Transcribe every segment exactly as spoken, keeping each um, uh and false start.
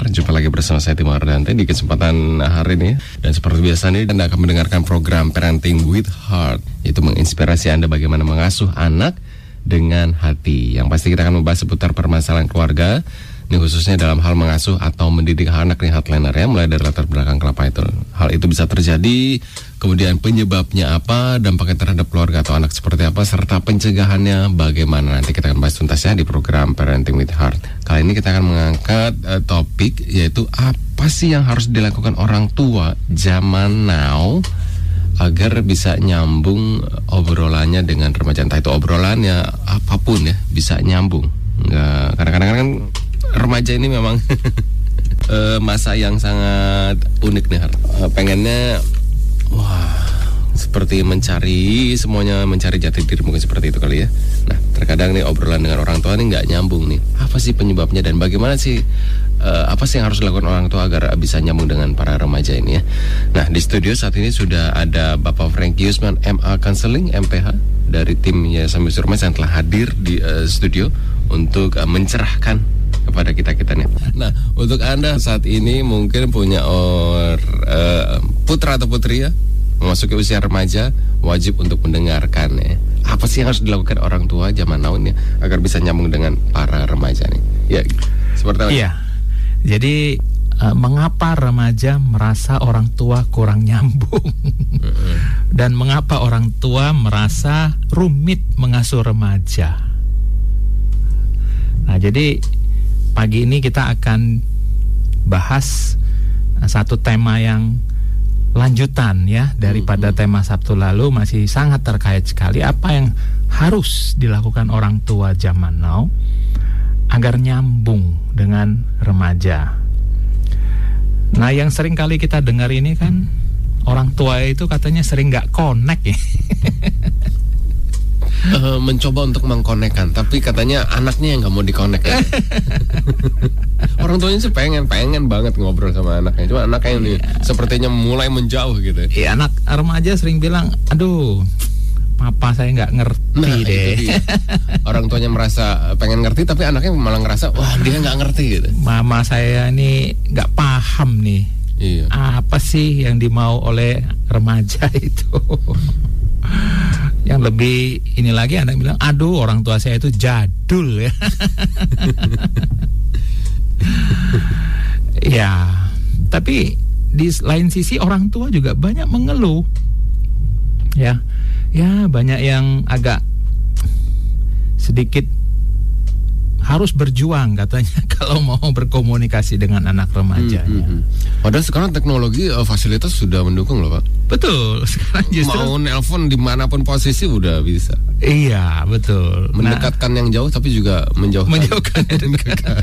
Jumpa lagi bersama saya Timo Ardante di kesempatan hari ini. Dan seperti biasa nih, Anda akan mendengarkan program Parenting with Heart, yaitu menginspirasi Anda bagaimana mengasuh anak dengan hati. Yang pasti kita akan membahas seputar permasalahan keluarga, ini khususnya dalam hal mengasuh atau mendidik anak nih Hardliner ya, mulai dari latar belakang kelapa itu. Hal itu bisa terjadi, kemudian penyebabnya apa, dampaknya terhadap keluarga atau anak seperti apa, serta pencegahannya bagaimana. Nanti kita akan bahas tuntasnya di program Parenting with Heart. Kali ini kita akan mengangkat uh, topik, yaitu apa sih yang harus dilakukan orang tua zaman now agar bisa nyambung obrolannya dengan remaja. Entah itu obrolannya apapun ya, bisa nyambung. Nggak, kadang-kadang kan remaja ini memang masa yang sangat unik nih. Pengennya wah seperti mencari semuanya, mencari jati diri, mungkin seperti itu kali ya. Nah terkadang nih obrolan dengan orang tua ini nggak nyambung nih. Apa sih penyebabnya dan bagaimana sih uh, apa sih yang harus dilakukan orang tua agar bisa nyambung dengan para remaja ini ya. Nah di studio saat ini sudah ada Bapak Frankie Yusman M A Counseling M P H dari tim Yayasan Misteri Remaja yang telah hadir di uh, studio untuk uh, mencerahkan kepada kita-kita nih. Nah, untuk Anda saat ini mungkin punya or, uh, putra atau putri ya, memasuki usia remaja, wajib untuk mendengarkan ya. Apa sih yang harus dilakukan orang tua zaman now ya, agar bisa nyambung dengan para remaja nih? Ya, seperti apa? Iya. Jadi uh, mengapa remaja merasa orang tua kurang nyambung? Uh-uh. Dan mengapa orang tua merasa rumit mengasuh remaja? Nah, jadi pagi ini kita akan bahas satu tema yang lanjutan ya daripada mm-hmm. tema Sabtu lalu, masih sangat terkait sekali. Apa yang harus dilakukan orang tua zaman now agar nyambung dengan remaja. Nah yang sering kali kita dengar ini kan, orang tua itu katanya sering gak connect ya. Uh, mencoba untuk mengkonekkan, tapi katanya anaknya yang nggak mau dikonek ya. Orang tuanya sih pengen pengen banget ngobrol sama anaknya, cuma anaknya ini iya. sepertinya mulai menjauh gitu. Iya, anak remaja sering bilang, aduh, papa saya nggak ngerti nah, deh. Orang tuanya merasa pengen ngerti, tapi anaknya malah ngerasa wah dia nggak ngerti gitu. Mama saya ini nggak paham nih. Iya. Apa sih yang dimau oleh remaja itu? Yang lebih ini lagi, anak bilang, aduh orang tua saya itu jadul ya. Ya, tapi di lain sisi orang tua juga banyak mengeluh. Ya, ya banyak yang agak sedikit harus berjuang katanya kalau mau berkomunikasi dengan anak remajanya. Hmm, hmm, hmm. Padahal sekarang teknologi uh, fasilitas sudah mendukung loh Pak. Betul, sekarang justru mau nelpon dimanapun posisi udah bisa. Iya betul. Mendekatkan nah, yang jauh tapi juga menjauhkan. Menjauhkan yang dekat.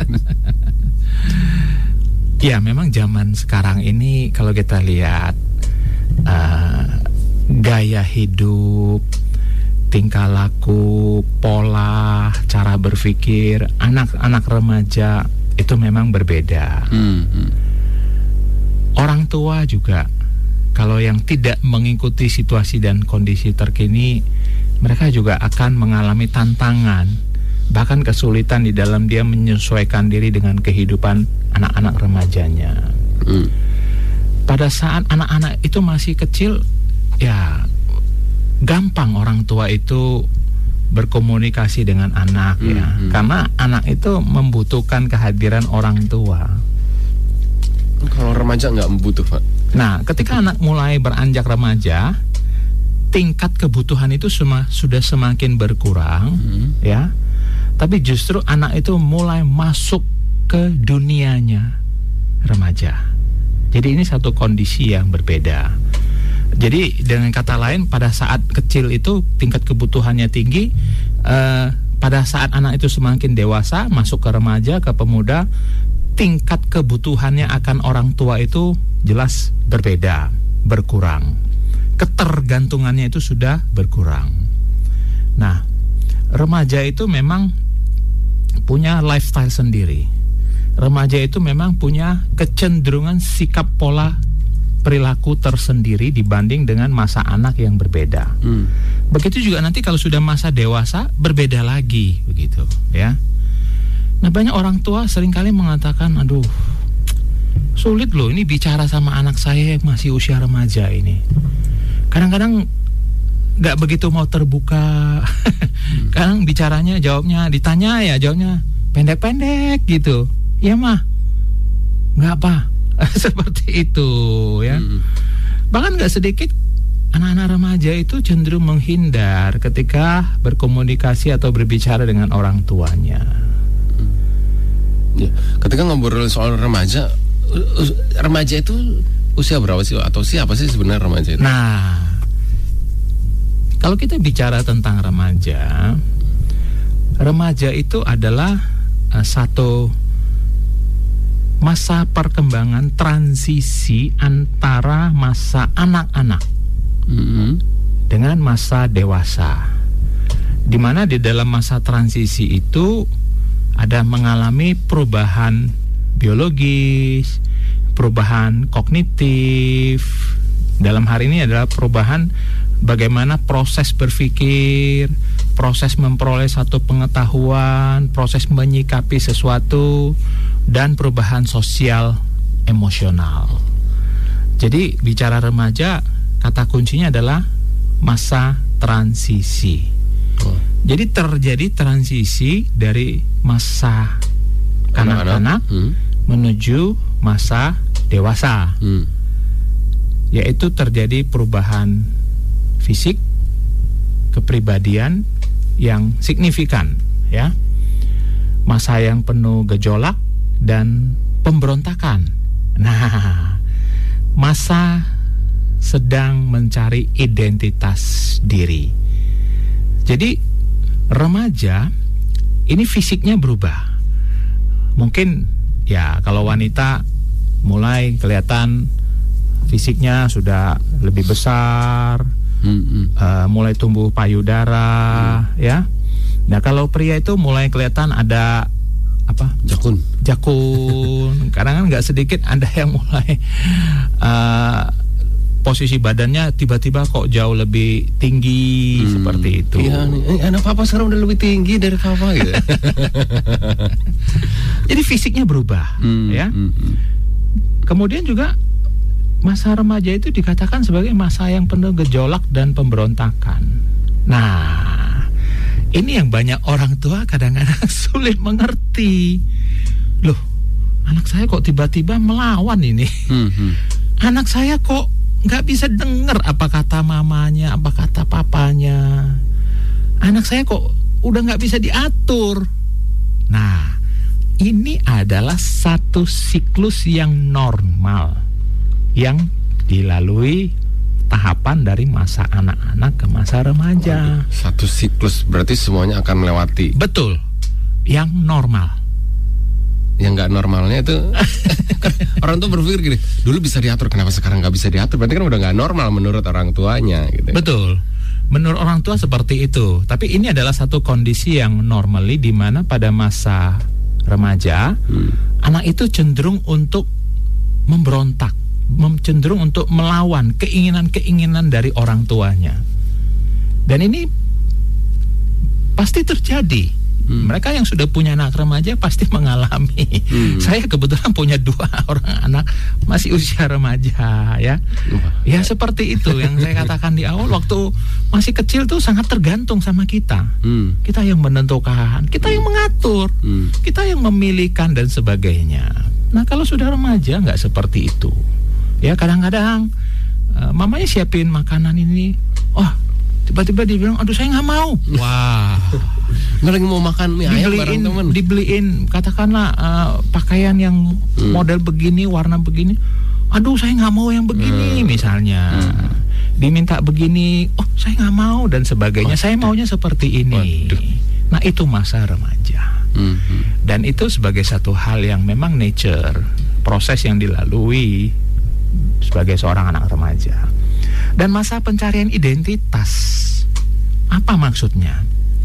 Ya memang zaman sekarang ini kalau kita lihat uh, gaya hidup, tingkah laku, pola, cara berpikir anak-anak remaja itu memang berbeda. Hmm, hmm. Orang tua juga kalau yang tidak mengikuti situasi dan kondisi terkini, mereka juga akan mengalami tantangan, bahkan kesulitan di dalam dia menyesuaikan diri dengan kehidupan anak-anak remajanya. Hmm. Pada saat anak-anak itu masih kecil, ya gampang orang tua itu berkomunikasi dengan anak hmm, ya, hmm. karena anak itu membutuhkan kehadiran orang tua. Kalau remaja nggak membutuh Pak. Nah, ketika anak mulai beranjak remaja, tingkat kebutuhan itu sema, sudah semakin berkurang, hmm. ya. Tapi justru anak itu mulai masuk ke dunianya remaja. Jadi ini satu kondisi yang berbeda. Jadi dengan kata lain, pada saat kecil itu tingkat kebutuhannya tinggi, eh, pada saat anak itu semakin dewasa, masuk ke remaja, ke pemuda, tingkat kebutuhannya akan orang tua itu jelas berbeda, berkurang. Ketergantungannya itu sudah berkurang. Nah, remaja itu memang punya lifestyle sendiri. Remaja itu memang punya kecenderungan sikap pola perilaku tersendiri dibanding dengan masa anak yang berbeda. Hmm. Begitu juga nanti kalau sudah masa dewasa berbeda lagi begitu, ya. Nah banyak orang tua seringkali mengatakan, aduh Sulit loh ini bicara sama anak saya yang masih usia remaja ini. Kadang-kadang nggak begitu mau terbuka. Kadang bicaranya, jawabnya, ditanya ya jawabnya pendek-pendek gitu. Iya mah, nggak apa. Seperti itu ya. Hmm. Bahkan nggak sedikit anak-anak remaja itu cenderung menghindar ketika berkomunikasi atau berbicara dengan orang tuanya. Hmm. Ya, ketika ngobrol soal remaja, remaja itu usia berapa sih atau siapa sih sebenarnya remaja itu? Nah, kalau kita bicara tentang remaja, remaja itu adalah uh, satu masa perkembangan transisi antara masa anak-anak mm-hmm. dengan masa dewasa, di mana di dalam masa transisi itu ada mengalami perubahan biologis, perubahan kognitif. Dalam hari ini adalah perubahan bagaimana proses berpikir, proses memperoleh satu pengetahuan, proses menyikapi sesuatu, dan perubahan sosial emosional. Jadi bicara remaja, kata kuncinya adalah masa transisi. Oh. Jadi terjadi transisi dari masa kanak-kanak hmm. menuju masa dewasa, hmm. yaitu terjadi perubahan fisik, kepribadian yang signifikan, ya. Masa yang penuh gejolak dan pemberontakan. Nah, masa sedang mencari identitas diri. Jadi remaja ini fisiknya berubah. Mungkin ya kalau wanita mulai kelihatan fisiknya sudah lebih besar, hmm, hmm. Uh, mulai tumbuh payudara, hmm. ya. Nah kalau pria itu mulai kelihatan ada apa? Jakun. Jakun. Kadang kan nggak sedikit ada yang mulai uh, posisi badannya tiba-tiba kok jauh lebih tinggi, hmm. seperti itu. Iya nih, anak papa sekarang udah lebih tinggi dari papa gitu. Jadi fisiknya berubah, hmm, ya. Hmm, hmm. Kemudian juga masa remaja itu dikatakan sebagai masa yang penuh gejolak dan pemberontakan. Nah, ini yang banyak orang tua kadang-kadang sulit mengerti. Loh, anak saya kok tiba-tiba melawan ini. Hmm, hmm. Anak saya kok nggak bisa dengar apa kata mamanya, apa kata papanya. Anak saya kok udah nggak bisa diatur. Nah, ini adalah satu siklus yang normal yang dilalui tahapan dari masa anak-anak ke masa remaja. Satu siklus berarti semuanya akan melewati. Betul, yang normal. Yang nggak normalnya itu kan orang tuh berpikir gini, dulu bisa diatur, kenapa sekarang nggak bisa diatur? Berarti kan udah nggak normal menurut orang tuanya gitu. Betul, menurut orang tua seperti itu. Tapi ini adalah satu kondisi yang normally di mana pada masa remaja hmm. anak itu cenderung untuk memberontak, cenderung untuk melawan keinginan-keinginan dari orang tuanya. Dan ini pasti terjadi. Hmm. Mereka yang sudah punya anak remaja pasti mengalami. Hmm. Saya kebetulan punya dua orang anak masih usia remaja, ya. Uh. Ya seperti itu yang saya katakan di awal, waktu masih kecil tuh sangat tergantung sama kita. Hmm. Kita yang menentukan, kita yang mengatur, hmm. kita yang memilihkan dan sebagainya. Nah kalau sudah remaja nggak seperti itu. Ya kadang-kadang uh, mamanya siapin makanan ini, oh tiba-tiba dia bilang, aduh saya nggak mau. Wah. Nggak lagi mau makan mie ayam bareng teman. Dibeliin katakanlah uh, pakaian yang hmm. model begini, warna begini. Aduh saya nggak mau yang begini, hmm. misalnya. Hmm. Diminta begini, oh saya nggak mau dan sebagainya. Oh, saya maunya seperti ini. Waduh. Nah itu masa remaja. Hmm. Dan itu sebagai satu hal yang memang nature, proses yang dilalui sebagai seorang anak remaja. Dan masa pencarian identitas, apa maksudnya?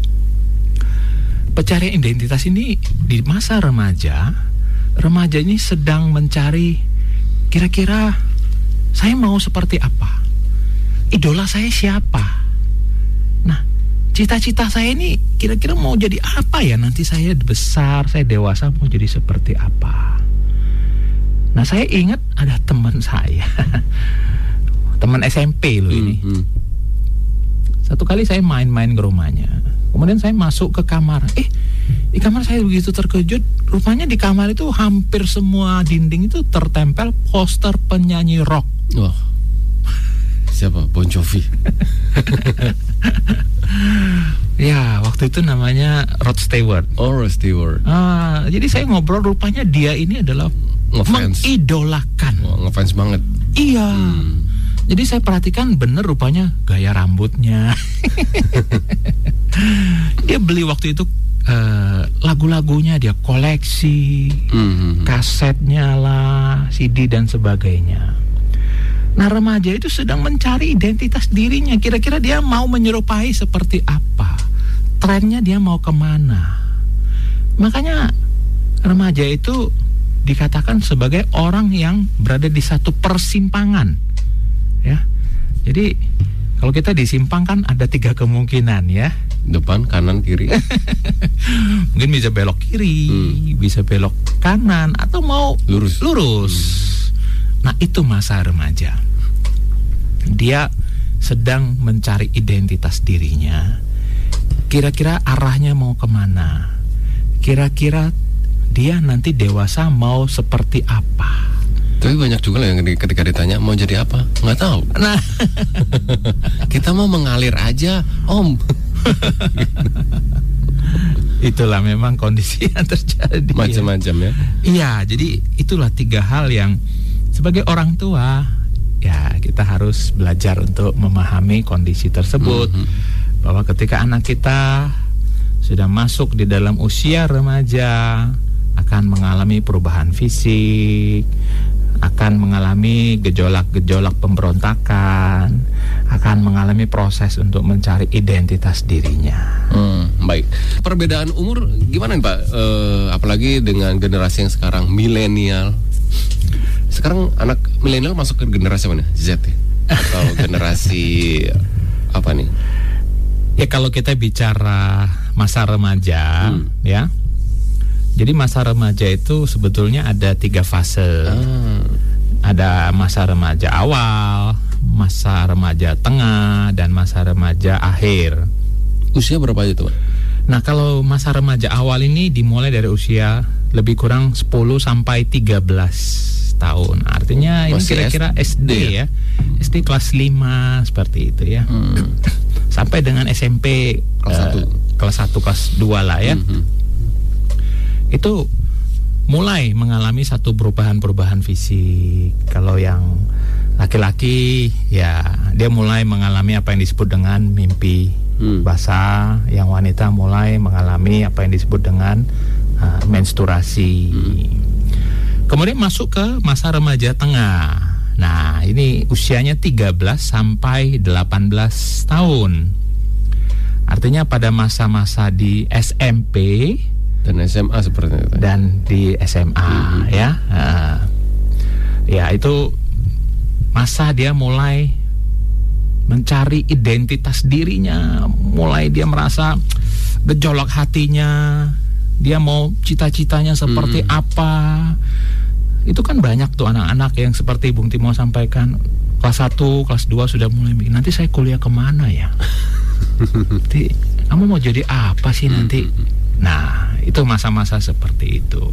Pencarian identitas ini di masa remaja, remaja ini sedang mencari kira-kira saya mau seperti apa, idola saya siapa. Nah, cita-cita saya ini kira-kira mau jadi apa ya nanti saya besar, saya dewasa mau jadi seperti apa. Nah Nah, saya ingat ada teman saya, teman S M P loh ini. Hmm, hmm. Satu kali saya main-main ke rumahnya. Kemudian saya masuk ke kamar. Eh, di kamar saya begitu terkejut. Rupanya di kamar itu hampir semua dinding itu tertempel poster penyanyi rock. Wah, siapa? Bon Jovi. Ya, waktu itu namanya Rod Stewart. Oh, Rod Stewart. Ah, jadi saya ngobrol, rupanya dia ini adalah Ngefans. mengidolakan. Wah, ngefans banget. Iya. Hmm. Jadi saya perhatikan bener rupanya gaya rambutnya. Dia beli waktu itu uh, lagu-lagunya, dia koleksi, Hmm. kasetnya lah, C D dan sebagainya. Nah, remaja itu sedang mencari identitas dirinya. Kira-kira dia mau menyerupai seperti apa? Trennya dia mau kemana? Makanya remaja itu dikatakan sebagai orang yang berada di satu persimpangan. Ya, jadi kalau kita disimpang kan ada tiga kemungkinan ya. Depan, kanan, kiri. Mungkin bisa belok kiri, hmm. bisa belok kanan, atau mau lurus. Lurus. Hmm. Nah, itu masa remaja. Dia sedang mencari identitas dirinya. Kira-kira arahnya mau kemana? Kira-kira dia nanti dewasa mau seperti apa? Tapi banyak juga lah yang ketika ditanya mau jadi apa, nggak tahu. Nah, kita mau mengalir aja, Om. Itulah memang kondisi yang terjadi. Macam-macam ya. Iya, jadi itulah tiga hal yang sebagai orang tua ya kita harus belajar untuk memahami kondisi tersebut. Mm-hmm. Bahwa ketika anak kita sudah masuk di dalam usia remaja akan mengalami perubahan fisik, akan mengalami gejolak-gejolak pemberontakan, akan mengalami proses untuk mencari identitas dirinya. Hmm, baik. Perbedaan umur gimana nih Pak? E, apalagi dengan generasi yang sekarang milenial. Sekarang anak milenial masuk ke generasi mana? Z ya? Atau generasi apa nih? Ya kalau kita bicara masa remaja, hmm. ya. Jadi masa remaja itu sebetulnya ada tiga fase. Ah. Ada masa remaja awal, masa remaja tengah, dan masa remaja akhir. Usia berapa itu, Pak? Nah, kalau masa remaja awal ini dimulai dari usia lebih kurang sepuluh sampai tiga belas tahun. Artinya ini masih kira-kira S D, S D ya. S D kelas lima seperti itu ya. Hmm. Sampai dengan S M P kelas satu, uh, kelas satu, kelas dua lah ya. Hmm. Itu mulai mengalami satu perubahan-perubahan fisik. Kalau yang laki-laki ya dia mulai mengalami apa yang disebut dengan mimpi hmm. basah. Yang wanita mulai mengalami apa yang disebut dengan uh, menstruasi. Hmm. Kemudian masuk ke masa remaja tengah. Nah, ini usianya tiga belas sampai delapan belas tahun. Artinya pada masa-masa di S M P dan S M A seperti itu. Dan di S M A mm-hmm. ya. Uh, ya itu masa dia mulai mencari identitas dirinya, mulai dia merasa gejolak hatinya, dia mau cita-citanya seperti mm-hmm. apa. Itu kan banyak tuh anak-anak yang seperti Bung Timo sampaikan, kelas satu, kelas dua sudah mulai mikir, nanti saya kuliah kemana ya? Nanti kamu mau jadi apa sih nanti? Nah, itu masa-masa seperti itu.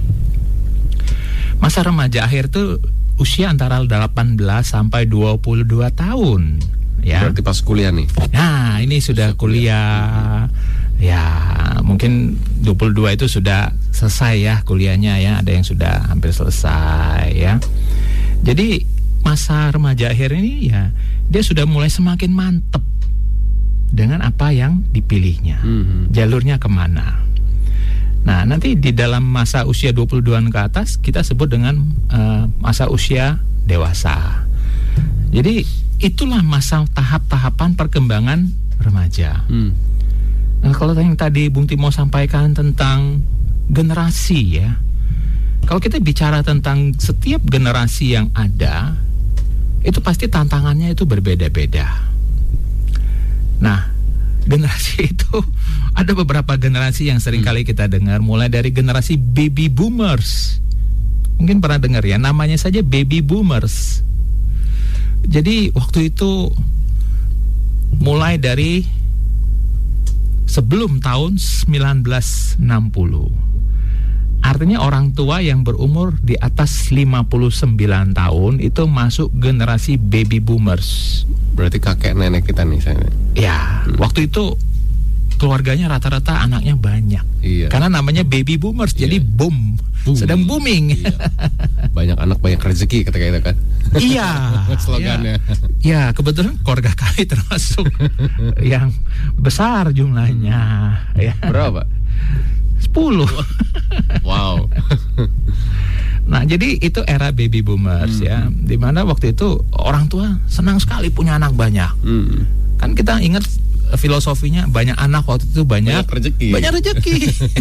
Masa remaja akhir tuh usia antara delapan belas sampai dua puluh dua tahun ya. Berarti pas kuliah nih. Nah, ini sudah kuliah. Ya, mungkin dua puluh dua itu sudah selesai ya kuliahnya ya, ada yang sudah hampir selesai ya. Jadi masa remaja akhir ini ya dia sudah mulai semakin mantep dengan apa yang dipilihnya, mm-hmm. jalurnya kemana. Nah, nanti di dalam masa usia dua puluh dua-an ke atas kita sebut dengan uh, masa usia dewasa. Jadi itulah masa tahap-tahapan perkembangan remaja. Mm. Nah, kalau yang tadi Bung Timo sampaikan tentang generasi ya, kalau kita bicara tentang setiap generasi yang ada, itu pasti tantangannya itu berbeda-beda. Nah, generasi itu ada beberapa generasi yang sering kali kita dengar, mulai dari generasi baby boomers. mungkin pernah dengar ya, namanya saja baby boomers. Jadi waktu itu mulai dari sebelum tahun sembilan belas enam puluh. Artinya orang tua yang berumur di atas lima puluh sembilan tahun itu masuk generasi baby boomers. Berarti kakek nenek kita nih saya. Ya, hmm. waktu itu keluarganya rata-rata anaknya banyak. Iya. Karena namanya baby boomers, iya. Jadi boom, boom, sedang booming. Iya. Banyak anak banyak rezeki ketika itu kan. Iya. Slogannya. Ya, kebetulan keluarga kami termasuk yang besar jumlahnya. Hmm. Ya. Berapa? sepuluh. Wow. Nah, jadi itu era baby boomers hmm. ya, dimana waktu itu orang tua senang sekali punya anak banyak. Hmm. Kan kita ingat filosofinya banyak anak waktu itu banyak, banyak rezeki. Banyak rezeki.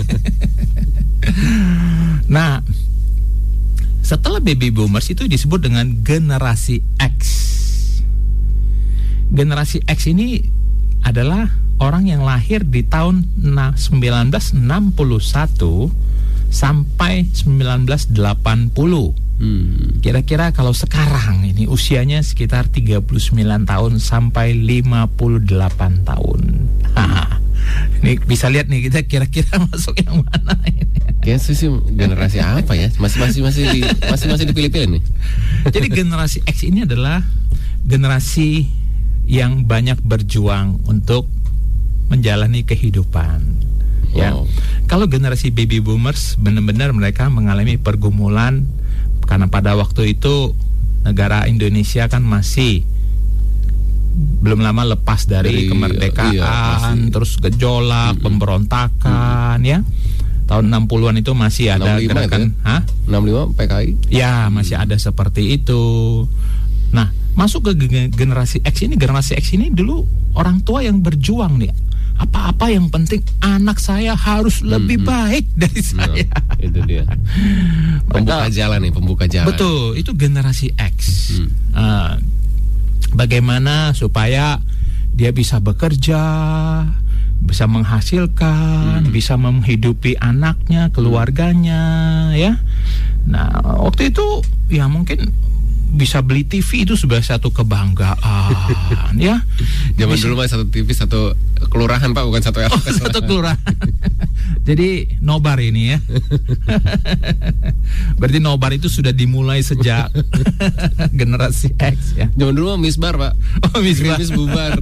Nah, setelah baby boomers itu disebut dengan generasi X. Generasi X ini adalah orang yang lahir di tahun sembilan belas enam puluh satu sampai sembilan belas delapan puluh. Hmm. Kira-kira kalau sekarang ini usianya sekitar tiga puluh sembilan tahun sampai lima puluh delapan tahun. Hmm. Ini bisa lihat nih kita kira-kira masuk yang mana ini. Kayaknya sih generasi apa ya? Masih masih masih di, masih masih dipilih-pilih nih. Jadi generasi X ini adalah generasi yang banyak berjuang untuk menjalani kehidupan. Ya, wow. Kalau generasi baby boomers benar-benar mereka mengalami pergumulan karena pada waktu itu negara Indonesia kan masih belum lama lepas dari, dari kemerdekaan, iya, terus gejolak, mm-hmm. pemberontakan, mm-hmm. ya. Tahun enam puluhan itu masih ada gerakan, ya? enam puluh lima P K I. Ya, masih ada seperti itu. Nah, masuk ke generasi X ini, generasi X ini dulu orang tua yang berjuang nih. Apa-apa yang penting anak saya harus lebih hmm, baik dari saya. Nah, itu dia. Pembuka Mereka, jalan nih, pembuka jalan. Betul, itu generasi X. Hmm. Uh, bagaimana supaya dia bisa bekerja, bisa menghasilkan, hmm. bisa menghidupi anaknya, keluarganya, ya. Nah, waktu itu ya mungkin bisa beli T V itu sebagai satu kebanggaan, ya. Zaman bisa, dulu mah satu T V satu kelurahan Pak, bukan satu R T. Oh, satu kelurahan. Jadi nobar ini ya. Berarti nobar itu sudah dimulai sejak generasi X ya. Zaman dulu mah misbar Pak. Oh, misbar. Grimis bubar.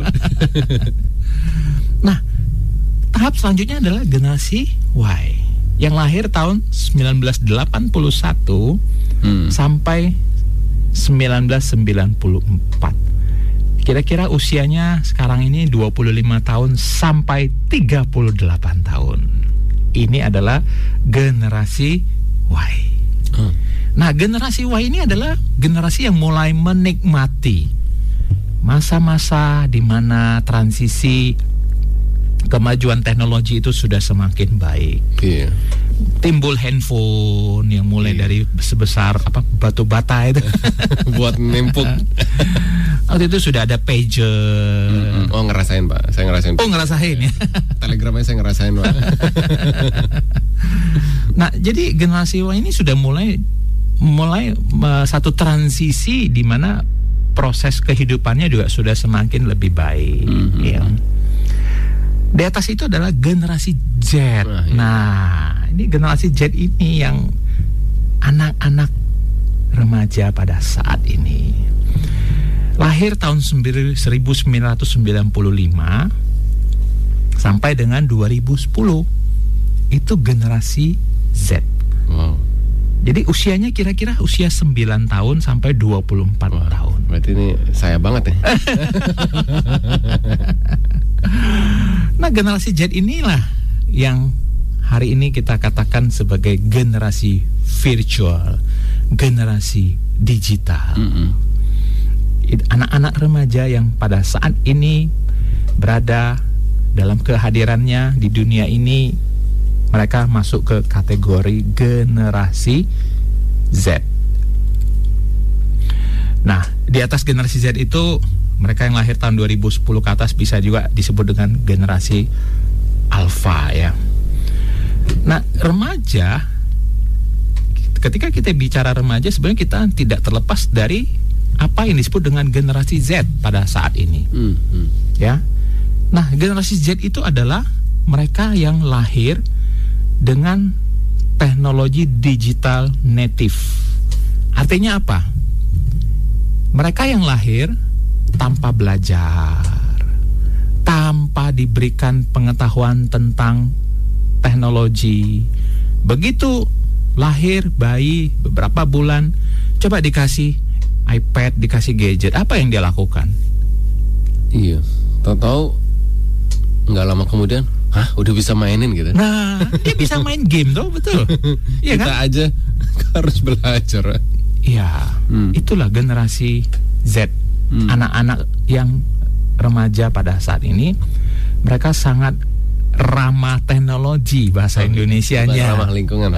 Nah, tahap selanjutnya adalah generasi Y yang lahir tahun sembilan belas delapan puluh satu hmm. sampai sembilan belas sembilan puluh empat. Kira-kira usianya sekarang ini dua puluh lima tahun sampai tiga puluh delapan tahun. Ini adalah generasi Y. Hmm. Nah, generasi Y ini adalah generasi yang mulai menikmati masa-masa di mana transisi kemajuan teknologi itu sudah semakin baik. Iya. Timbul handphone yang mulai iya. dari sebesar apa batu bata itu buat nempuk. Waktu itu sudah ada pager. Mm-hmm. Oh, ngerasain Pak, saya ngerasain. Oh, ngerasain ya. Telegramnya saya ngerasain Pak. Nah, jadi generasi Y ini sudah mulai mulai uh, satu transisi di mana proses kehidupannya juga sudah semakin lebih baik. Mm-hmm. Ya. Di atas itu adalah generasi Z. Nah, iya. nah, ini generasi Z ini yang anak-anak remaja pada saat ini. Lahir tahun seribu sembilan ratus sembilan puluh lima sampai dengan dua ribu sepuluh. Itu generasi Z. Wow. Jadi usianya kira-kira usia sembilan tahun sampai dua puluh empat Wah, tahun. Berarti ini saya banget ya. Nah, generasi Z inilah yang hari ini kita katakan sebagai generasi virtual, generasi digital. Mm-hmm. Anak-anak remaja yang pada saat ini berada dalam kehadirannya di dunia ini, mereka masuk ke kategori generasi Z. Nah, di atas generasi Z itu mereka yang lahir tahun dua ribu sepuluh ke atas bisa juga disebut dengan generasi Alpha ya. Nah, remaja ketika kita bicara remaja, sebenarnya kita tidak terlepas dari apa yang disebut dengan generasi Z pada saat ini. Hmm, hmm. Ya. Nah, generasi Z itu adalah mereka yang lahir dengan teknologi digital native. Artinya apa? Mereka yang lahir tanpa belajar, tanpa diberikan pengetahuan tentang teknologi. Begitu lahir bayi beberapa bulan, coba dikasih iPad, dikasih gadget, apa yang dia lakukan? Iya, tahu-tahu nggak lama kemudian, hah, udah bisa mainin gitu. Nah, dia bisa main game tuh, betul. Iya kan? Kita aja harus belajar. Iya, hmm. itulah generasi Z, hmm. anak-anak yang remaja pada saat ini, mereka sangat ramah teknologi bahasa oh, Indonesianya. Ramah lingkungan.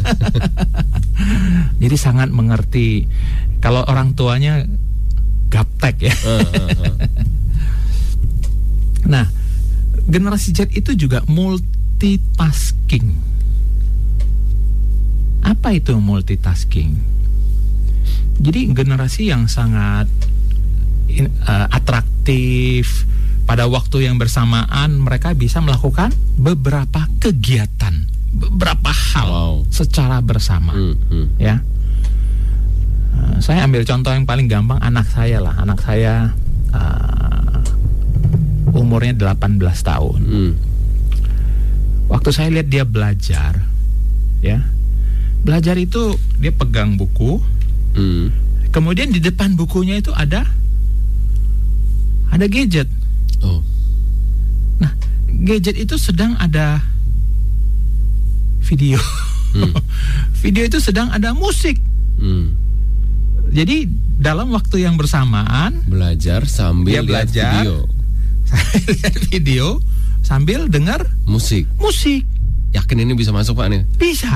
Jadi sangat mengerti. Kalau orang tuanya gaptek ya. Uh, uh, uh. Nah, generasi Z itu juga multitasking. Apa itu multitasking? Jadi generasi yang sangat in, uh, atraktif. Pada waktu yang bersamaan mereka bisa melakukan beberapa kegiatan, beberapa hal wow. secara bersama. Hmm, hmm. Ya, uh, saya ambil contoh yang paling gampang, anak saya lah. Anak saya uh, umurnya delapan belas tahun. Hmm. Waktu saya lihat dia belajar, ya, belajar itu dia pegang buku. Hmm. Kemudian di depan bukunya itu ada ada gadget. Oh. Nah, gadget itu sedang ada video. Hmm. Video itu sedang ada musik. Hmm. Jadi dalam waktu yang bersamaan belajar sambil lihat video. lihat video sambil dengar musik. Musik. Yakin ini bisa masuk, Pak nih? Bisa.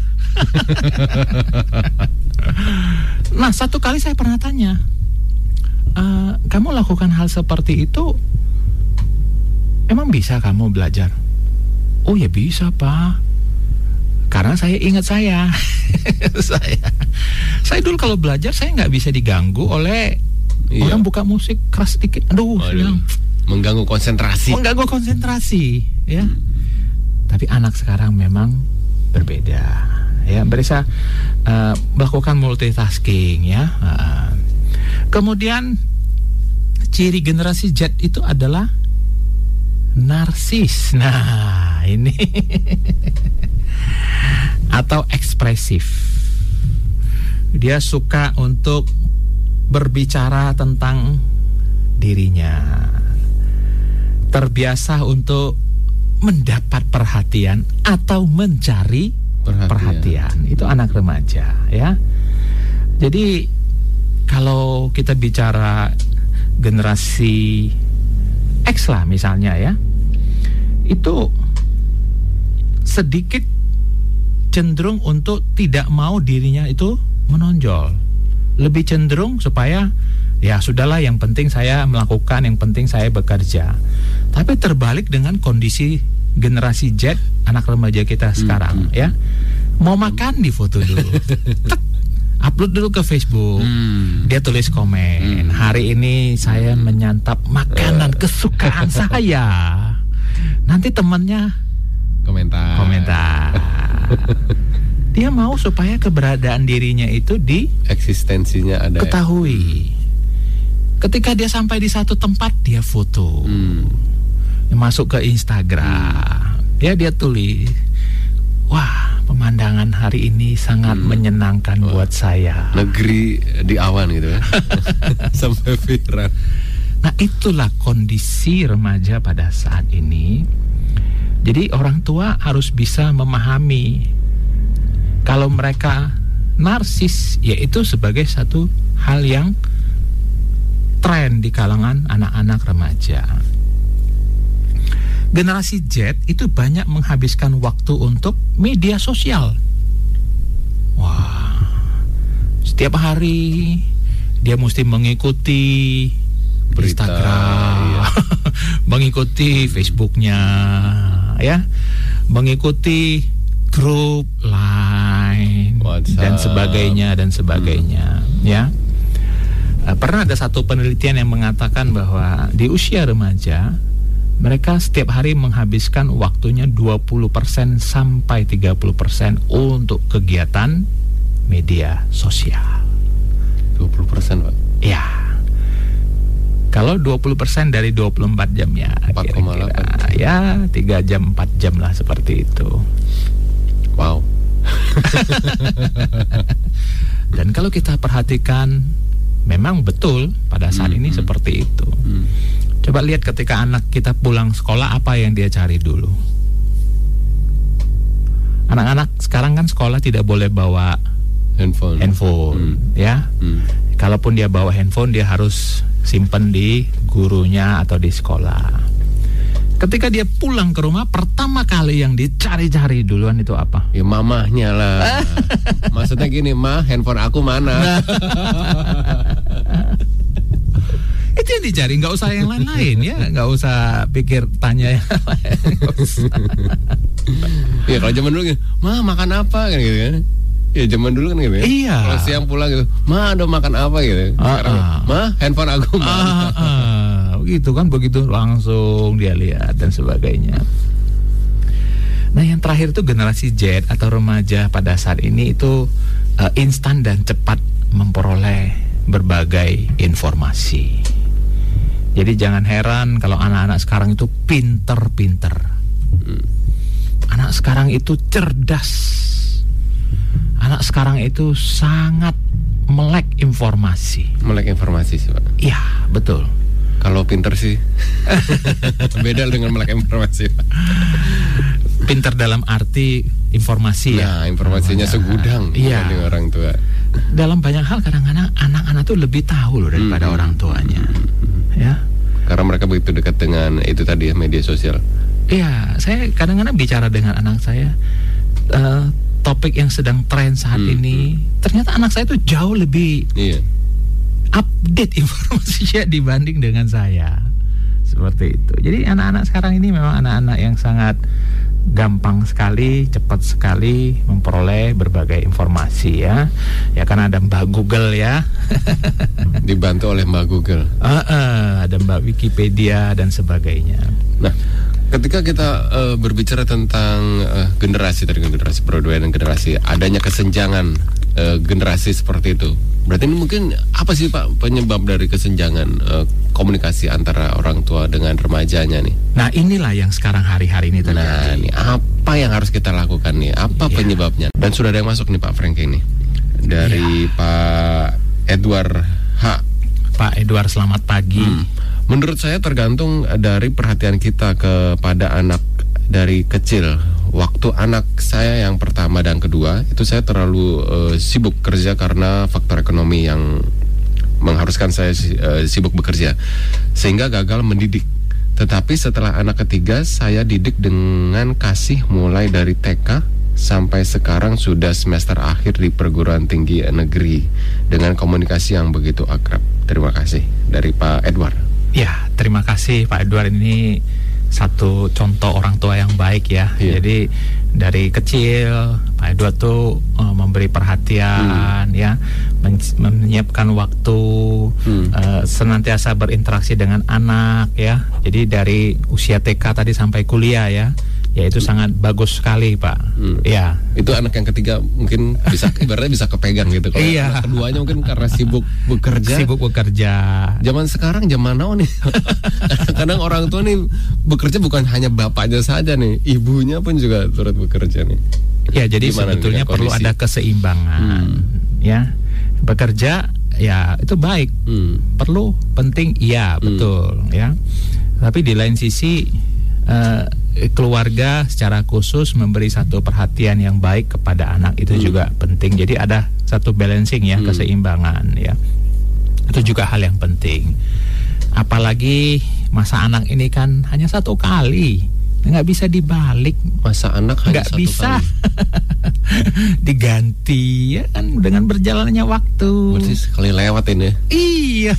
Nah, satu kali saya pernah tanya, e, kamu lakukan hal seperti itu, emang bisa kamu belajar? Oh ya bisa, Pak. Karena saya ingat saya, saya, saya dulu kalau belajar saya nggak bisa diganggu oleh iya. orang buka musik keras sedikit. Aduh, Aduh mengganggu konsentrasi. Mengganggu konsentrasi, ya. Tapi anak sekarang memang berbeda, ya. Bisa uh, melakukan multitasking, ya. Uh, kemudian ciri generasi Z itu adalah narsis. Nah, ini atau ekspresif. Dia suka untuk berbicara tentang dirinya. Terbiasa untuk mendapat perhatian atau mencari perhatian. perhatian. Itu anak remaja, ya. Jadi kalau kita bicara generasi X lah misalnya, ya, itu sedikit cenderung untuk tidak mau dirinya itu menonjol, lebih cenderung supaya ya sudahlah, yang penting saya melakukan, yang penting saya bekerja. Tapi terbalik dengan kondisi generasi Z, anak remaja kita sekarang, hmm. ya, mau makan di foto dulu, tek, upload dulu ke Facebook, hmm. dia tulis komen, hmm. hari ini saya menyantap makanan uh. kesukaan saya. Nanti temannya komentar, komentar. Dia mau supaya keberadaan dirinya itu di eksistensinya ada ketahui. Ya? Ketika dia sampai di satu tempat, dia foto, hmm. masuk ke Instagram, hmm. ya dia tulis, wah, pemandangan hari ini sangat hmm. menyenangkan wah. buat saya. Negeri di awan gitu ya. Sampai viral. Nah, itulah kondisi remaja pada saat ini. Jadi orang tua harus bisa memahami kalau mereka narsis, yaitu sebagai satu hal yang tren di kalangan anak-anak remaja. Generasi Z itu banyak menghabiskan waktu untuk media sosial. Wah, setiap hari dia mesti mengikuti berita, Instagram, iya. mengikuti Facebooknya, ya, mengikuti grup Line, WhatsApp dan sebagainya dan sebagainya, hmm. ya. Uh, pernah ada satu penelitian yang mengatakan bahwa di usia remaja mereka setiap hari menghabiskan waktunya dua puluh persen sampai tiga puluh persen untuk kegiatan media sosial. dua puluh persen, Pak? Ya. Kalau dua puluh persen dari dua puluh empat jam ya empat koma delapan. Ya, tiga jam, empat jam lah seperti itu. Wow. Dan kalau kita perhatikan, memang betul pada saat hmm, ini hmm. seperti itu. Hmm. Coba lihat ketika anak kita pulang sekolah, apa yang dia cari dulu? Anak-anak sekarang kan sekolah tidak boleh bawa handphone, handphone, hmm. ya. Hmm. Kalaupun dia bawa handphone, dia harus simpen di gurunya atau di sekolah. Ketika dia pulang ke rumah, pertama kali yang dicari-cari duluan itu apa? Ya mamahnya lah. Maksudnya gini, ma, handphone aku mana? Itu yang dicari, nggak usah yang lain-lain ya, nggak usah pikir tanya yang lain. Ya kalau zaman dulu gini, ma makan apa kan gitu kan? Ya zaman dulu kan gitu ya. Iya. Kalau siang pulang gitu, ma ada makan apa gitu. Sekarang, uh, uh. ma handphone aku mana? Uh, uh. Gitu kan, begitu langsung dia lihat dan sebagainya. Nah yang terakhir itu generasi Z atau remaja pada saat ini itu uh, instan dan cepat memperoleh berbagai informasi. Jadi jangan heran kalau anak-anak sekarang itu pinter-pinter. Hmm. Anak sekarang itu cerdas. Anak sekarang itu sangat melek informasi. Melek informasi sih, Pak. Iya, betul. Kalau pinter sih beda dengan melek informasi, Pak. Pinter dalam arti informasi. Nah, ya. informasinya namanya. Segudang iya. Dengan orang tua. Dalam banyak hal kadang-kadang anak-anak tuh lebih tahu loh daripada hmm. orang tuanya. Hmm. Ya. Karena mereka begitu dekat dengan itu tadi ya, media sosial. Iya, saya kadang-kadang bicara dengan anak saya. Uh, topik yang sedang tren saat hmm, ini, hmm. ternyata anak saya tuh jauh lebih iya. update informasinya dibanding dengan saya. Seperti itu. Jadi anak-anak sekarang ini memang anak-anak yang sangat gampang sekali, cepat sekali memperoleh berbagai informasi ya. Ya kan ada Mbak Google ya. Dibantu oleh Mbak Google. Uh, uh, ada Mbak Wikipedia dan sebagainya. Nah, ketika kita uh, berbicara tentang uh, generasi tadi generasi perubahan dan generasi adanya kesenjangan uh, generasi seperti itu, berarti ini mungkin apa sih Pak penyebab dari kesenjangan uh, komunikasi antara orang tua dengan remajanya nih? Nah inilah yang sekarang hari-hari ini terjadi. Nah ini apa yang harus kita lakukan nih? Apa yeah. penyebabnya? Dan sudah ada yang masuk nih Pak Franky nih dari yeah. Pak Edward H. Pak Edward, selamat pagi. Hmm. Menurut saya tergantung dari perhatian kita kepada anak dari kecil. Waktu anak saya yang pertama dan kedua itu saya terlalu uh, sibuk kerja karena faktor ekonomi yang mengharuskan saya uh, sibuk bekerja, sehingga gagal mendidik. Tetapi setelah anak ketiga saya didik dengan kasih mulai dari T K sampai sekarang sudah semester akhir di perguruan tinggi negeri dengan komunikasi yang begitu akrab. Terima kasih dari Pak Edward. Ya, terima kasih Pak Edward, ini satu contoh orang tua yang baik ya. Yeah. Jadi dari kecil Pak Edward tuh uh, memberi perhatian hmm. ya, men- menyiapkan waktu, hmm. uh, senantiasa berinteraksi dengan anak ya. Jadi dari usia T K tadi sampai kuliah ya. Ya itu hmm. sangat bagus sekali Pak. Hmm. Ya. Itu anak yang ketiga mungkin bisa ibaratnya bisa kepegang gitu. Kalau iya. anak keduanya mungkin karena sibuk bekerja. Sibuk bekerja. Zaman sekarang zaman now nih. Kadang orang tua nih bekerja bukan hanya bapaknya saja nih, ibunya pun juga turut bekerja nih. Ya jadi gimana sebetulnya perlu ada keseimbangan. Hmm. Ya. Bekerja ya itu baik. Hmm. Perlu, penting, iya betul hmm. ya. Tapi di lain sisi uh, keluarga secara khusus memberi satu perhatian yang baik kepada anak itu hmm. juga penting. Jadi ada satu balancing ya, hmm. keseimbangan ya. Itu juga hal yang penting. Apalagi masa anak ini kan hanya satu kali, nggak bisa dibalik. Masa anak hanya nggak satu bisa kali. Diganti ya kan dengan berjalannya waktu. Berarti sekali lewat ini. Iya.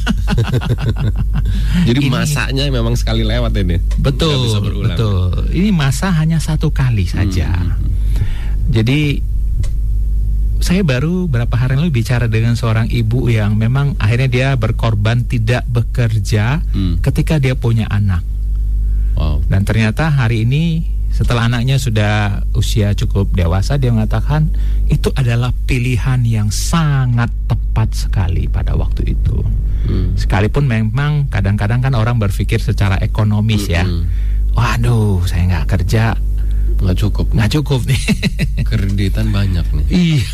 Jadi ini, masanya memang sekali lewat ini. Betul, bisa berulang. Betul. Ini masa hanya satu kali saja. Hmm. Jadi saya baru berapa hari lalu bicara dengan seorang ibu yang memang akhirnya dia berkorban tidak bekerja hmm. ketika dia punya anak. Wow. Dan ternyata hari ini setelah anaknya sudah usia cukup dewasa, dia mengatakan itu adalah pilihan yang sangat tepat sekali pada waktu itu. Hmm. Sekalipun memang kadang-kadang kan orang berpikir secara ekonomis hmm. ya. Waduh, saya nggak kerja, nggak cukup, nggak cukup nih. Kreditan banyak nih. Iya.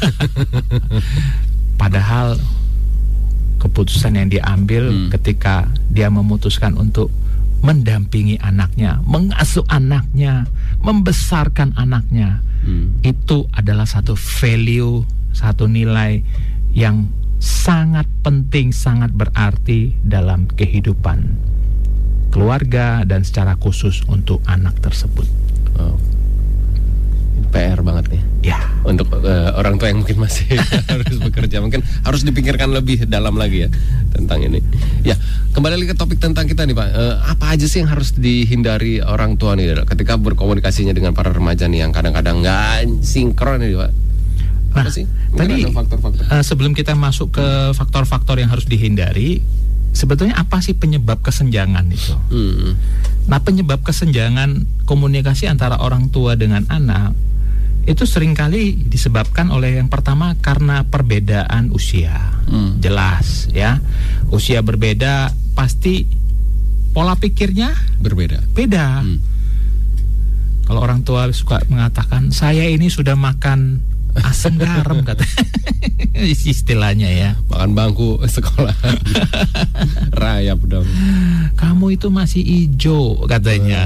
Padahal keputusan yang diambil hmm. ketika dia memutuskan untuk mendampingi anaknya, mengasuh anaknya, membesarkan anaknya, hmm. itu adalah satu value, satu nilai yang sangat penting, sangat berarti dalam kehidupan keluarga dan secara khusus untuk anak tersebut. Wow. P R banget nih. Ya. Untuk uh, orang tua yang mungkin masih harus bekerja, mungkin harus dipikirkan lebih dalam lagi ya tentang ini. Ya, kembali lagi ke topik tentang kita nih Pak. Uh, apa aja sih yang harus dihindari orang tua nih ketika berkomunikasinya dengan para remaja nih yang kadang-kadang nggak sinkron nih Pak? Nah, apa sih? Tadi faktor-faktor. Uh, sebelum kita masuk ke faktor-faktor yang harus dihindari, sebetulnya apa sih penyebab kesenjangan itu? Hmm. Nah, penyebab kesenjangan komunikasi antara orang tua dengan anak itu seringkali disebabkan oleh yang pertama karena perbedaan usia. Hmm. Jelas ya, usia berbeda pasti pola pikirnya berbeda. Beda. Hmm. Kalau orang tua suka mengatakan saya ini sudah makan asam garam kata istilahnya ya, makan bangku sekolah rayap dong, kamu itu masih hijau katanya.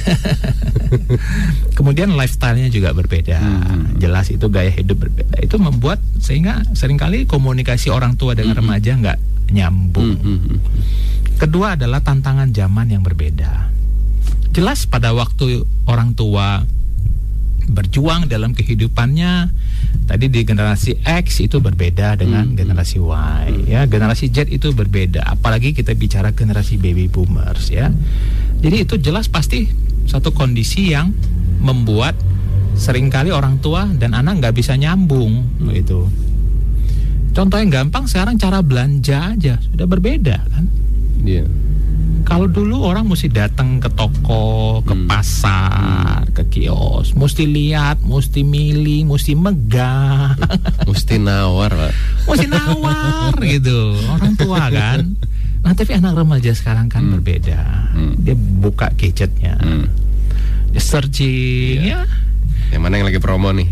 Kemudian lifestyle-nya juga berbeda. hmm. Jelas itu gaya hidup berbeda. Itu membuat sehingga seringkali komunikasi orang tua dengan hmm. remaja nggak nyambung. hmm. Kedua adalah tantangan zaman yang berbeda. Jelas pada waktu orang tua berjuang dalam kehidupannya, tadi di generasi X itu berbeda dengan hmm. generasi Y, ya generasi Z itu berbeda, apalagi kita bicara generasi baby boomers ya. Jadi itu jelas pasti satu kondisi yang membuat seringkali orang tua dan anak nggak bisa nyambung hmm. gitu. Contoh yang gampang sekarang cara belanja aja sudah berbeda kan. Iya. Yeah. Kalau dulu orang mesti datang ke toko, ke hmm. pasar, hmm. ke kios, mesti lihat, mesti milih, mesti megang, mesti nawar, Pak. Mesti nawar gitu, orang tua kan. Nah tapi anak remaja sekarang kan hmm. berbeda. Hmm. Dia buka gadgetnya, hmm. dia searching, yeah. ya. Yang mana yang lagi promo nih?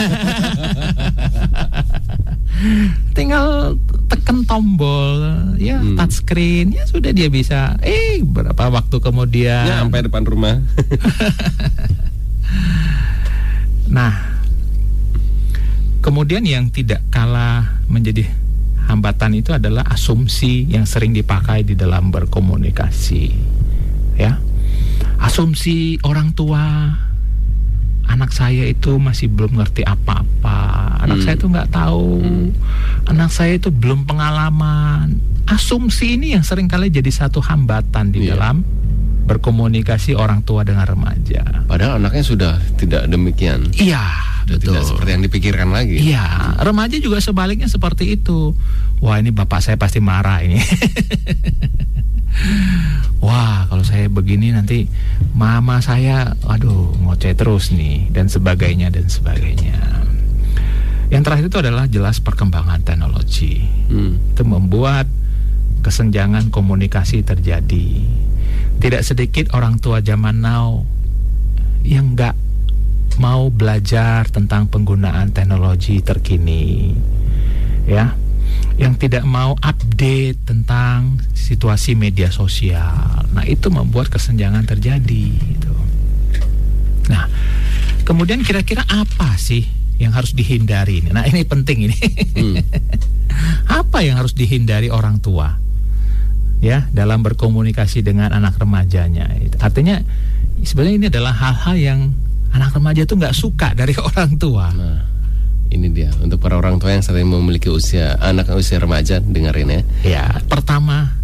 Tinggal tekan tombol ya, hmm. touchscreen ya sudah dia bisa. Eh berapa waktu kemudian ya, sampai depan rumah. Nah, kemudian yang tidak kalah menjadi hambatan itu adalah asumsi yang sering dipakai di dalam berkomunikasi. Ya, asumsi orang tua, anak saya itu masih belum ngerti apa-apa. Anak hmm. saya itu nggak tahu. Hmm. Anak saya itu belum pengalaman. Asumsi ini yang seringkali jadi satu hambatan di yeah. dalam berkomunikasi orang tua dengan remaja. Padahal anaknya sudah tidak demikian. Iya, betul. Tidak seperti yang dipikirkan lagi. Iya, remaja juga sebaliknya seperti itu. Wah, ini bapak saya pasti marah ini. Wah, kalau saya begini nanti mama saya, aduh, ngoceh terus nih, dan sebagainya dan sebagainya. Yang terakhir itu adalah jelas perkembangan teknologi. hmm. Itu membuat kesenjangan komunikasi terjadi. Tidak sedikit orang tua zaman now yang nggak mau belajar tentang penggunaan teknologi terkini, ya, yang tidak mau update tentang situasi media sosial. Nah, itu membuat kesenjangan terjadi gitu. Nah, kemudian kira-kira apa sih yang harus dihindari ini? Nah, ini penting ini. Hmm. Apa yang harus dihindari orang tua ya dalam berkomunikasi dengan anak remajanya? Artinya sebenarnya ini adalah hal-hal yang anak remaja tuh nggak suka dari orang tua. Nah, ini dia untuk para orang tua yang saat ini memiliki usia anak usia remaja, dengerin ya. Ya, pertama,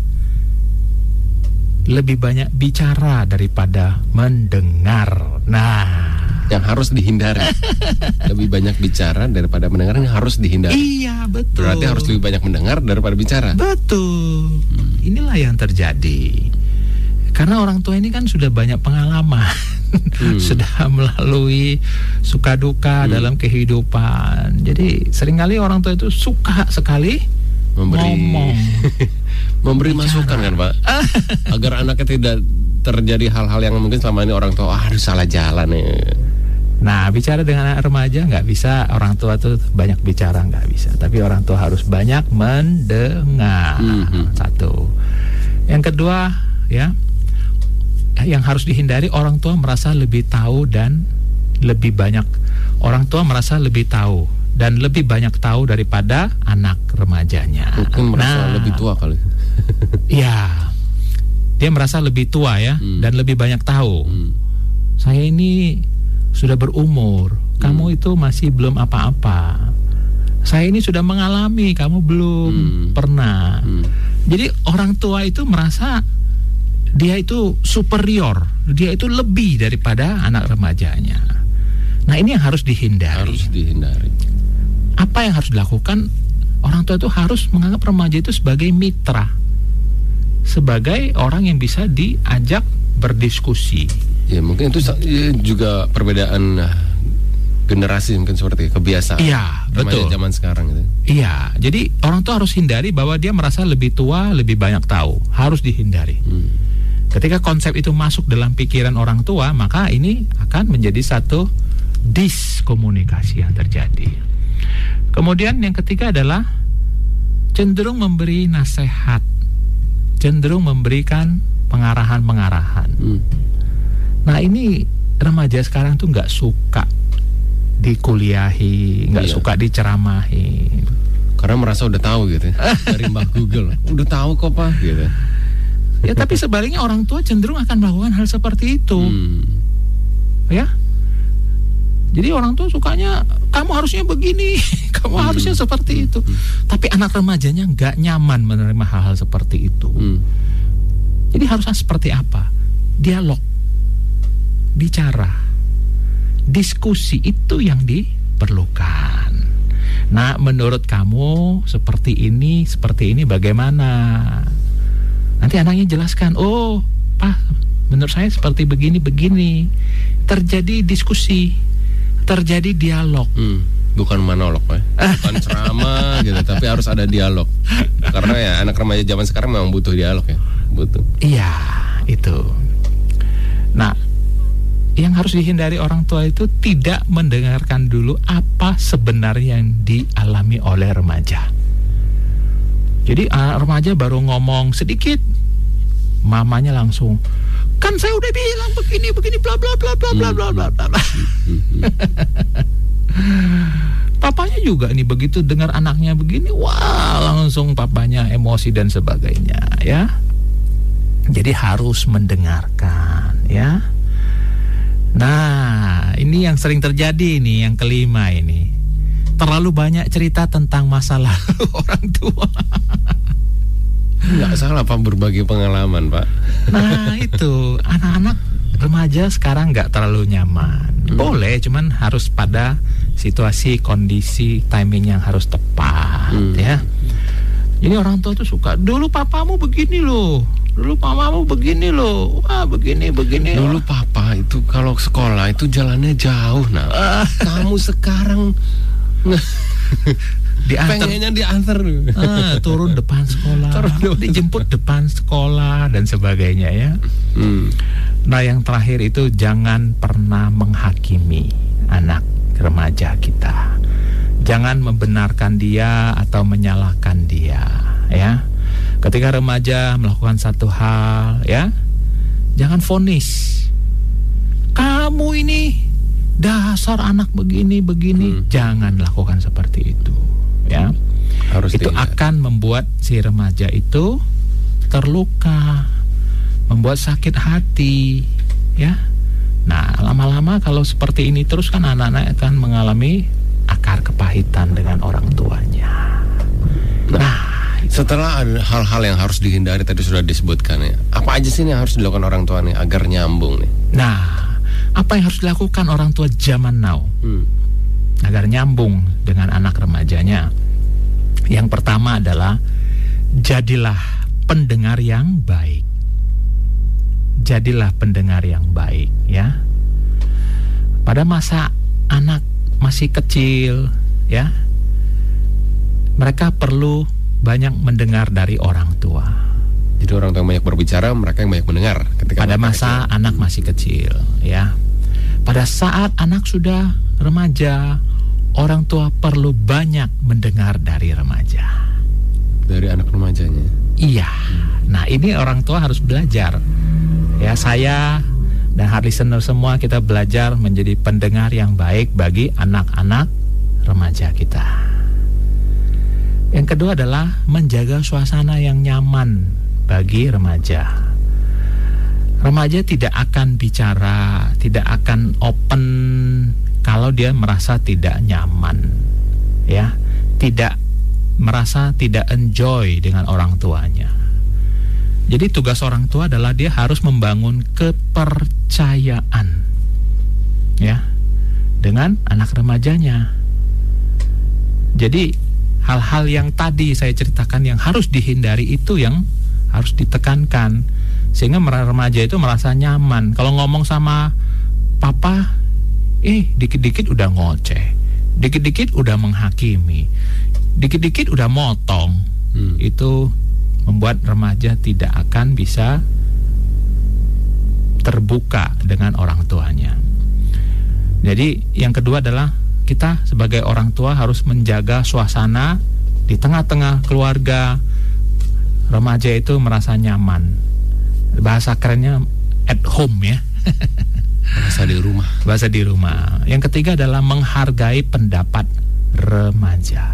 lebih banyak bicara daripada mendengar. Nah, Yang harus dihindari. Lebih banyak bicara daripada mendengar yang harus dihindari. Iya, betul. Berarti harus lebih banyak mendengar daripada bicara. Betul. Hmm. Inilah yang terjadi. Karena orang tua ini kan sudah banyak pengalaman. Hmm. Sudah melalui suka duka hmm. dalam kehidupan. Jadi seringkali orang tua itu suka sekali memberi ngomong. Memberi masukan kan Pak, agar anaknya tidak terjadi hal-hal yang mungkin selama ini orang tua, ah aduh salah jalan nih. Nah, bicara dengan anak remaja nggak bisa orang tua tuh banyak bicara, nggak bisa. Tapi orang tua harus banyak mendengar. Mm-hmm. Satu. Yang kedua, ya, yang harus dihindari orang tua merasa lebih tahu dan lebih banyak. Orang tua merasa lebih tahu dan lebih banyak tahu daripada anak remajanya. Mungkin merasa nah, lebih tua kali. Iya, dia merasa lebih tua ya, hmm. dan lebih banyak tahu. Hmm. Saya ini sudah berumur, hmm. kamu itu masih belum apa-apa. Saya ini sudah mengalami, kamu belum hmm. pernah. Hmm. Jadi orang tua itu merasa dia itu superior, dia itu lebih daripada anak remajanya. Nah, ini yang harus dihindari. Harus dihindari. Apa yang harus dilakukan? Orang tua itu harus menganggap remaja itu sebagai mitra, sebagai orang yang bisa diajak berdiskusi. Ya mungkin itu juga perbedaan generasi mungkin seperti kebiasaan. Iya, betul. Zaman sekarang itu. Iya, jadi orang tua harus hindari bahwa dia merasa lebih tua, lebih banyak tahu. Harus dihindari. Hmm. Ketika konsep itu masuk dalam pikiran orang tua, maka ini akan menjadi satu diskomunikasi yang terjadi. Kemudian yang ketiga adalah cenderung memberi nasihat, cenderung memberikan pengarahan-pengarahan. Hmm. Nah, ini remaja sekarang tuh nggak suka dikuliahi, nggak iya. suka diceramahi. Karena merasa udah tahu gitu, dari Mbak Google, udah tahu kok Pak gitu. Ya tapi sebaliknya orang tua cenderung akan melakukan hal seperti itu, hmm. ya. Jadi orang tua sukanya kamu harusnya begini, kamu hmm. harusnya seperti hmm. itu. Hmm. Tapi anak remajanya nggak nyaman menerima hal-hal seperti itu. Hmm. Jadi harusnya seperti apa? Dialog, bicara, diskusi itu yang diperlukan. Nah, menurut kamu seperti ini, seperti ini bagaimana? Nanti anaknya jelaskan, oh, Pak, menurut saya seperti begini, begini. Terjadi diskusi, terjadi dialog. Hmm, bukan monolog, Pak. Bukan ceramah gitu, tapi harus ada dialog. Karena ya anak remaja zaman sekarang memang butuh dialog ya, butuh. Iya, itu. Nah, yang harus dihindari orang tua itu tidak mendengarkan dulu apa sebenarnya yang dialami oleh remaja. Jadi anak remaja baru ngomong sedikit, mamanya langsung, kan saya udah bilang begini begini bla bla bla bla bla bla bla bla. Papanya juga nih begitu dengar anaknya begini, wah langsung papanya emosi dan sebagainya, ya. Jadi harus mendengarkan, ya. Nah, ini yang sering terjadi nih, yang kelima ini. Terlalu banyak cerita tentang masa lalu orang tua. Nggak salah Pak berbagi pengalaman Pak. Nah itu, anak-anak remaja sekarang nggak terlalu nyaman. hmm. Boleh, cuman harus pada situasi, kondisi, timing yang harus tepat, hmm. ya. Jadi orang tua tuh suka, dulu papamu begini loh, dulu papamu begini loh, wah begini begini. Dulu papa itu kalau sekolah itu jalannya jauh, nah. Uh. Kamu sekarang diantar, pengennya diantar, uh, turun depan sekolah, turun dijemput depan sekolah dan sebagainya, ya. Hmm. Nah yang terakhir itu jangan pernah menghakimi anak remaja kita. Jangan membenarkan dia atau menyalahkan dia, ya. Ketika remaja melakukan satu hal, ya, jangan vonis. Kamu ini dasar anak begini-begini, hmm. jangan lakukan seperti itu, ya. Harus itu dilihat. Akan membuat si remaja itu terluka, membuat sakit hati, ya. Nah, lama-lama kalau seperti ini terus kan anak-anak akan mengalami akar kepahitan dengan orang tuanya. Nah, nah setelah ada hal-hal yang harus dihindari tadi sudah disebutkan ya. Apa aja sih yang harus dilakukan orang tua nih agar nyambung nih? Nah, Apa yang harus dilakukan orang tua zaman now hmm. agar nyambung dengan anak remajanya? Yang pertama adalah jadilah pendengar yang baik. Jadilah pendengar yang baik, ya. Pada masa anak masih kecil, ya, mereka perlu banyak mendengar dari orang tua. Jadi orang tua yang banyak berbicara, mereka yang banyak mendengar. Ketika pada masa kecil. Anak masih kecil, ya. Pada saat anak sudah remaja, orang tua perlu banyak mendengar dari remaja. Dari anak remajanya. Iya. Nah, ini orang tua harus belajar. Ya, saya dan hard listener semua kita belajar menjadi pendengar yang baik bagi anak-anak remaja kita. Yang kedua adalah menjaga suasana yang nyaman bagi remaja. Remaja tidak akan bicara, tidak akan open kalau dia merasa tidak nyaman, ya, tidak merasa tidak enjoy dengan orang tuanya. Jadi tugas orang tua adalah dia harus membangun kepercayaan, ya, dengan anak remajanya. Jadi hal-hal yang tadi saya ceritakan yang harus dihindari itu yang harus ditekankan, sehingga remaja itu merasa nyaman. Kalau ngomong sama papa, eh dikit-dikit udah ngoceh, dikit-dikit udah menghakimi, dikit-dikit udah motong, hmm. itu membuat remaja tidak akan bisa terbuka dengan orang tuanya. Jadi yang kedua adalah kita sebagai orang tua harus menjaga suasana di tengah-tengah keluarga. Remaja itu merasa nyaman. Bahasa kerennya at home, ya. Bahasa di rumah. Bahasa di rumah. Yang ketiga adalah menghargai pendapat remaja.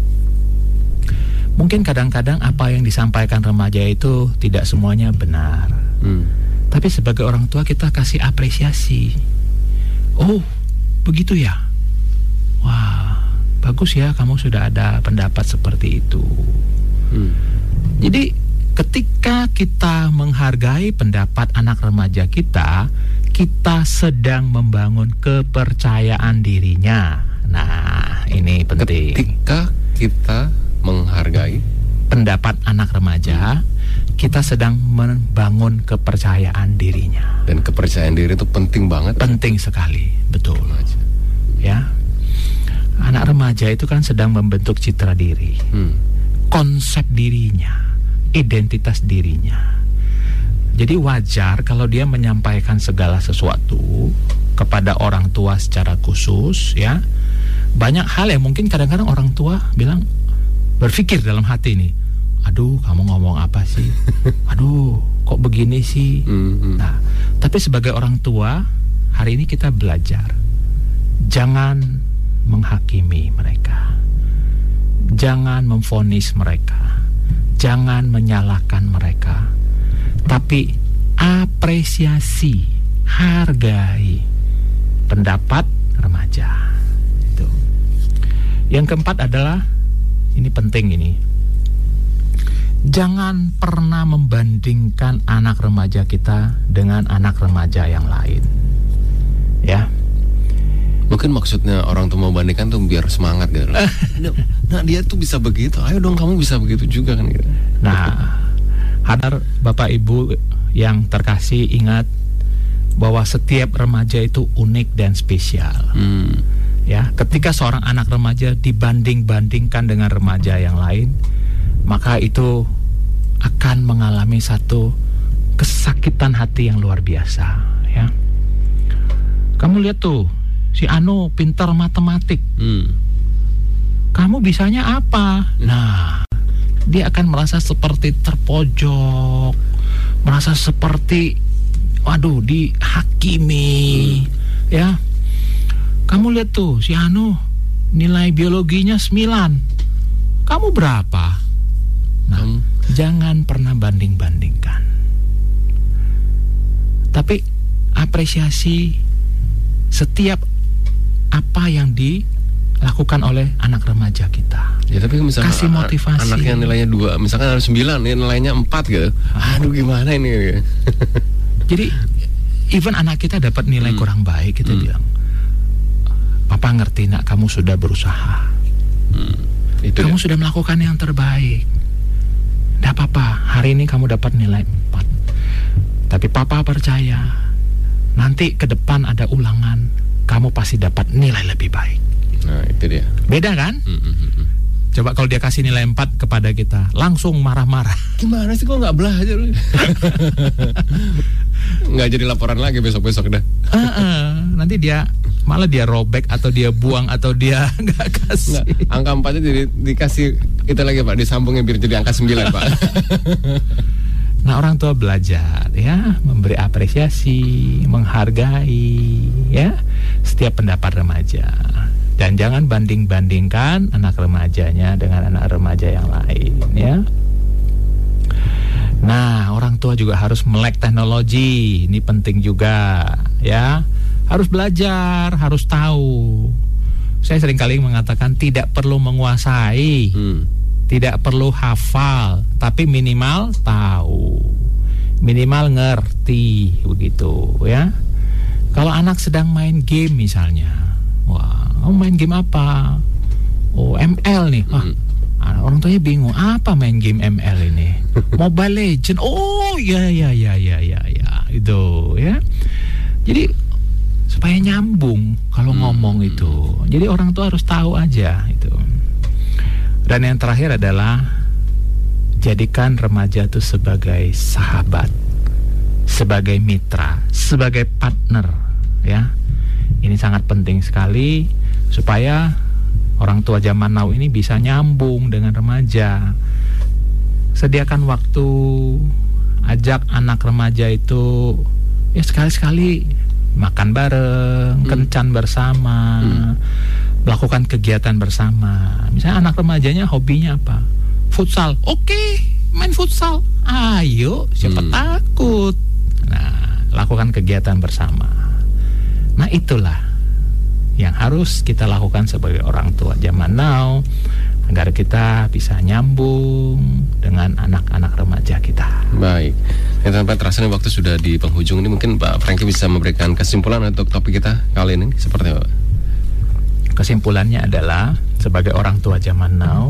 Mungkin kadang-kadang apa yang disampaikan remaja itu tidak semuanya benar. Hmm. Tapi sebagai orang tua kita kasih apresiasi. Oh, begitu ya? Wah, bagus ya kamu sudah ada pendapat seperti itu. Hmm. Jadi ketika kita menghargai pendapat anak remaja kita, kita sedang membangun kepercayaan dirinya. Nah, ini penting. Ketika kita menghargai pendapat anak remaja, kita sedang membangun kepercayaan dirinya. Dan kepercayaan diri itu penting banget. Penting sekali, betul. Remaja. Ya, anak remaja itu kan sedang membentuk citra diri, hmm. konsep dirinya, identitas dirinya. Jadi wajar kalau dia menyampaikan segala sesuatu kepada orang tua secara khusus, ya. Banyak hal yang mungkin kadang-kadang orang tua bilang, berpikir dalam hati nih, aduh kamu ngomong apa sih, aduh kok begini sih. Mm-hmm. Nah, tapi sebagai orang tua hari ini kita belajar, jangan menghakimi mereka, jangan memvonis mereka, jangan menyalahkan mereka, tapi apresiasi, hargai pendapat remaja. Itu. Yang keempat adalah, ini penting ini, jangan pernah membandingkan anak remaja kita dengan anak remaja yang lain. Ya. Mungkin maksudnya orang tuh mau bandingkan tuh biar semangat gitu. Nah, dia tuh bisa begitu, ayo dong kamu bisa begitu juga kan gitu. Nah, hadar Bapak Ibu yang terkasih, ingat bahwa setiap remaja itu unik dan spesial. Hmm. Ya, ketika seorang anak remaja dibanding-bandingkan dengan remaja yang lain, maka itu akan mengalami satu kesakitan hati yang luar biasa, ya. Kamu lihat tuh, si Anu pintar matematik. Hmm. Kamu bisanya apa? Nah, dia akan merasa seperti terpojok, merasa seperti, waduh, dihakimi, hmm. ya. Kamu lihat tuh, si Anu nilai biologinya sembilan. Kamu berapa? Nah, hmm. jangan pernah banding-bandingkan. Tapi apresiasi setiap apa yang dilakukan oleh anak remaja kita. Ya, tapi misalkan kasih motivasi. Anaknya nilainya dua, misalkan harus sembilan, nilainya empat gitu. Aduh, gimana ini? Jadi even anak kita dapat nilai Hmm. kurang baik, kita Hmm. bilang, Papa ngerti nak, kamu sudah berusaha, Hmm. Itu kamu dia. sudah melakukan yang terbaik. Tidak apa-apa, hari ini kamu dapat nilai empat. Tapi Papa percaya, nanti ke depan ada ulangan, kamu pasti dapat nilai lebih baik. Nah, itu dia. Beda kan? Hmm, hmm, hmm, hmm. Coba kalau dia kasih nilai empat kepada kita, langsung marah-marah. Gimana sih kok nggak belajar? Nggak jadi laporan lagi besok-besok dah. Uh, uh, nanti dia malah dia robek atau dia buang atau dia nggak kasih. Nggak, angka empatnya jadi dikasih itu lagi Pak, disambungin biar jadi angka sembilan Pak. Nah, orang tua belajar ya, memberi apresiasi, menghargai ya setiap pendapat remaja. Dan jangan banding-bandingkan anak remajanya dengan anak remaja yang lain ya. Nah, orang tua juga harus melek teknologi. Ini penting juga ya. Harus belajar, harus tahu. Saya seringkali mengatakan tidak perlu menguasai, Hmm. tidak perlu hafal, tapi minimal tahu, minimal ngerti begitu ya. Kalau anak sedang main game misalnya, wah, kamu main game apa? Oh, M L nih. Ah, Hmm. orang tuanya bingung, apa main game M L ini? Mobile Legend. Oh, ya ya ya ya ya ya. Itu ya. Jadi supaya nyambung kalau Hmm. ngomong itu. Jadi orang tua harus tahu aja itu. Dan yang terakhir adalah jadikan remaja itu sebagai sahabat, sebagai mitra, sebagai partner ya. Ini sangat penting sekali supaya orang tua zaman now ini bisa nyambung dengan remaja. Sediakan waktu, ajak anak remaja itu ya sekali-sekali makan bareng, Hmm. kencan bersama, Hmm. melakukan kegiatan bersama. Misalnya anak remajanya hobinya apa? Futsal. Oke, main futsal. Ayo, siapa Hmm. takut. Nah, lakukan kegiatan bersama. Nah, itulah yang harus kita lakukan sebagai orang tua zaman now agar kita bisa nyambung dengan anak-anak remaja kita. Baik. Ya, tanpa terasa nih waktu sudah di penghujung ini, mungkin Pak Franky bisa memberikan kesimpulan untuk topik kita kali ini seperti apa? Kesimpulannya adalah sebagai orang tua zaman now,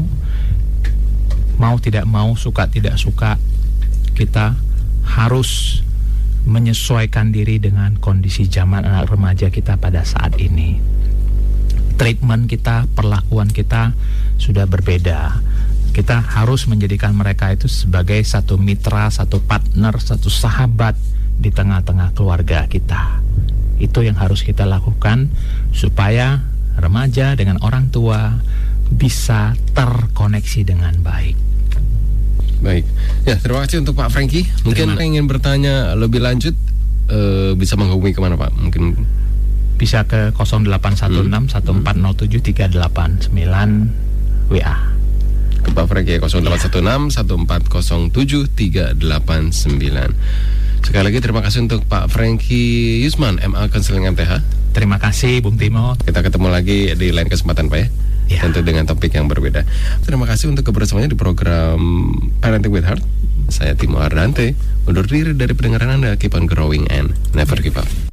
mau tidak mau, suka tidak suka, kita harus menyesuaikan diri dengan kondisi zaman anak remaja kita pada saat ini. Treatment kita, perlakuan kita sudah berbeda. Kita harus menjadikan mereka itu sebagai satu mitra, satu partner, satu sahabat di tengah-tengah keluarga kita. Itu yang harus kita lakukan supaya remaja dengan orang tua bisa terkoneksi dengan baik. Baik. Ya, terima kasih untuk Pak Franky. Mungkin Terima. ingin bertanya lebih lanjut, eh, bisa menghubungi kemana Pak? Mungkin Bisa ke nol delapan satu enam satu empat nol tujuh tiga delapan sembilan W A. ke Pak Franky nol delapan satu enam satu empat nol tujuh tiga delapan sembilan. Sekali lagi terima kasih untuk Pak Franky Yusman, M A Konseling M T H. Terima kasih Bung Timo. Kita ketemu lagi di lain kesempatan Pak ya. Ya. Tentu dengan topik yang berbeda. Terima kasih untuk kebersamaannya di program Parenting with Heart. Saya Timo Ardante, undur diri dari pendengaran Anda. Keep on growing and never give up.